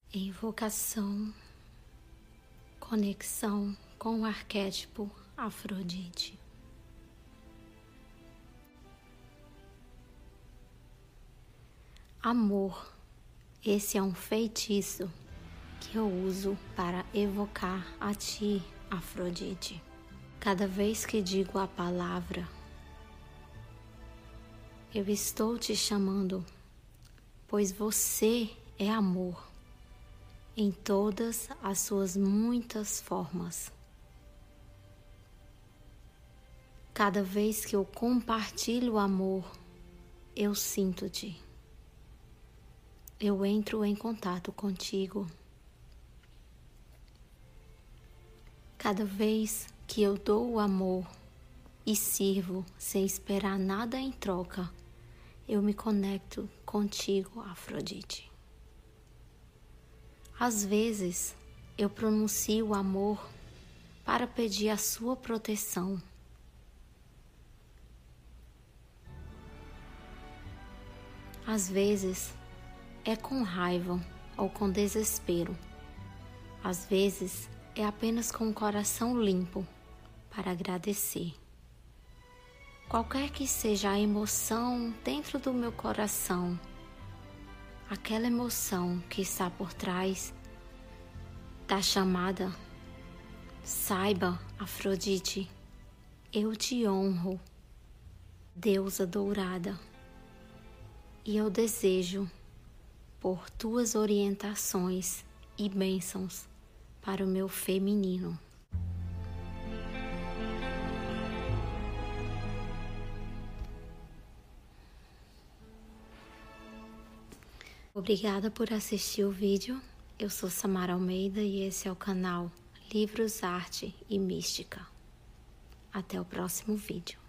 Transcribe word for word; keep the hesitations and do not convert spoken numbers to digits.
Invocação, conexão com o arquétipo Afrodite. Amor, esse é um feitiço que eu uso para evocar a ti, Afrodite. Cada vez que digo a palavra, eu estou te chamando, pois você é amor em todas as suas muitas formas. Cada vez que eu compartilho o amor, eu sinto-te. Eu entro em contato contigo. Cada vez que eu dou o amor e sirvo sem esperar nada em troca, eu me conecto contigo, Afrodite. Às vezes, eu pronuncio o amor para pedir a sua proteção. Às vezes, é com raiva ou com desespero. Às vezes, é apenas com o coração limpo para agradecer. Qualquer que seja a emoção dentro do meu coração, aquela emoção que está por trás da chamada, saiba, Afrodite, eu te honro, deusa dourada, e eu desejo por tuas orientações e bênçãos para o meu feminino. Obrigada por assistir o vídeo. Eu sou Samara Almeida e esse é o canal Livros, Arte e Mística. Até o próximo vídeo.